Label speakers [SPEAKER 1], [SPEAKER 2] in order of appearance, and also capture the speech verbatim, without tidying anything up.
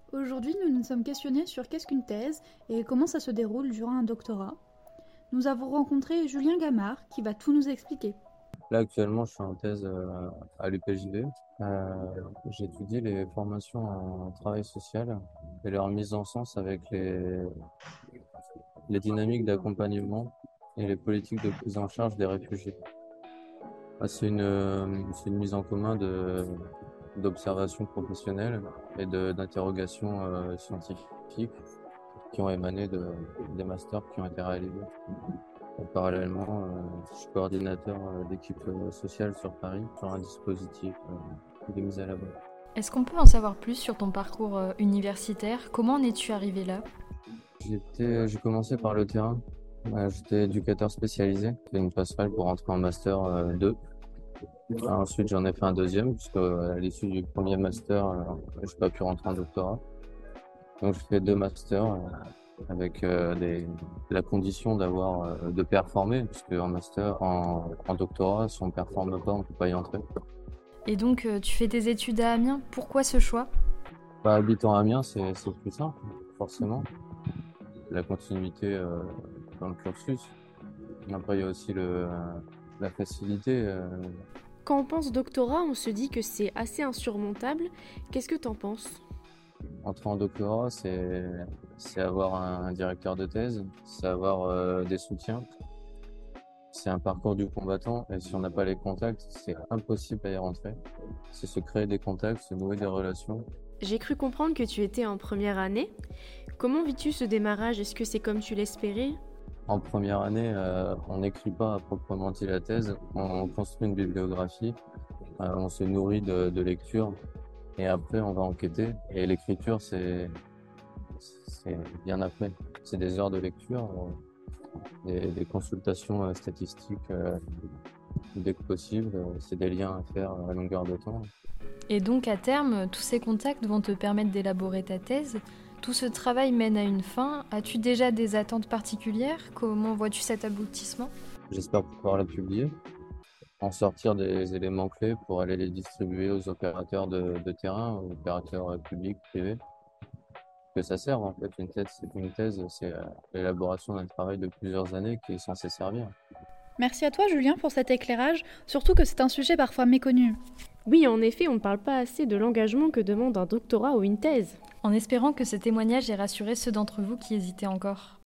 [SPEAKER 1] Aujourd'hui, nous nous sommes questionnés sur qu'est-ce qu'une thèse et comment ça se déroule durant un doctorat. Nous avons rencontré Julien Gamard qui va tout nous expliquer.
[SPEAKER 2] Là, actuellement, je suis en thèse euh, à l'U P J V. Euh, j'étudie les formations en travail social et leur mise en sens avec les, les dynamiques d'accompagnement et les politiques de prise en charge des réfugiés. Ah, C'est une, euh, c'est une mise en commun de, d'observations professionnelles et de, d'interrogations euh, scientifiques qui ont émané de, des masters qui ont été réalisés. Et parallèlement, euh, je suis coordinateur euh, d'équipe euh, sociale sur Paris, sur un dispositif euh, de mise à l'abri.
[SPEAKER 3] Est-ce qu'on peut en savoir plus sur ton parcours euh, universitaire? Comment en es-tu arrivé là?
[SPEAKER 2] J'étais, j'ai commencé par le terrain. Euh, j'étais éducateur spécialisé. J'ai fait une passerelle pour entrer en master euh, deux. Alors, ensuite, j'en ai fait un deuxième, puisque euh, à l'issue du premier master, euh, j'ai pas pu rentrer en doctorat. Donc, j'ai fait deux masters euh, avec euh, des, la condition d'avoir euh, de performer, puisque en master, en, en doctorat, si on performe pas, on peut pas y entrer.
[SPEAKER 3] Et donc, euh, tu fais tes études à Amiens. Pourquoi ce choix?
[SPEAKER 2] Bah, habitant à Amiens, c'est c'est plus simple, forcément. La continuité euh, dans le cursus. Après, il y a aussi le, euh, la facilité. euh,
[SPEAKER 4] Quand on pense doctorat, on se dit que c'est assez insurmontable. Qu'est-ce que t'en penses?
[SPEAKER 2] Entrer en doctorat, c'est c'est avoir un directeur de thèse, c'est avoir euh, des soutiens. C'est un parcours du combattant et si on n'a pas les contacts, c'est impossible à y rentrer. C'est se créer des contacts, se nouer des relations.
[SPEAKER 4] J'ai cru comprendre que tu étais en première année. Comment vis-tu ce démarrage? Est-ce que c'est comme tu l'espérais?
[SPEAKER 2] En première année, euh, on n'écrit pas à proprement dit la thèse, on construit une bibliographie, euh, on se nourrit de, de lectures et après on va enquêter. Et l'écriture, c'est c'est bien après. C'est des heures de lecture, euh, des, des consultations euh, statistiques euh, dès que possible. euh, C'est des liens à faire à longueur de temps.
[SPEAKER 3] Et donc, à terme, tous ces contacts vont te permettre d'élaborer ta thèse. Tout ce travail mène à une fin. As-tu déjà des attentes particulières? Comment vois-tu cet aboutissement?
[SPEAKER 2] J'espère pouvoir la publier, en sortir des éléments clés pour aller les distribuer aux opérateurs de, de terrain, aux opérateurs euh, publics, privés. Que ça sert en fait, une thèse, c'est une thèse, c'est euh, l'élaboration d'un travail de plusieurs années qui est censé servir.
[SPEAKER 1] Merci à toi Julien pour cet éclairage, surtout que c'est un sujet parfois méconnu.
[SPEAKER 4] Oui, en effet, on ne parle pas assez de l'engagement que demande un doctorat ou une thèse.
[SPEAKER 3] En espérant que ce témoignage ait rassuré ceux d'entre vous qui hésitaient encore.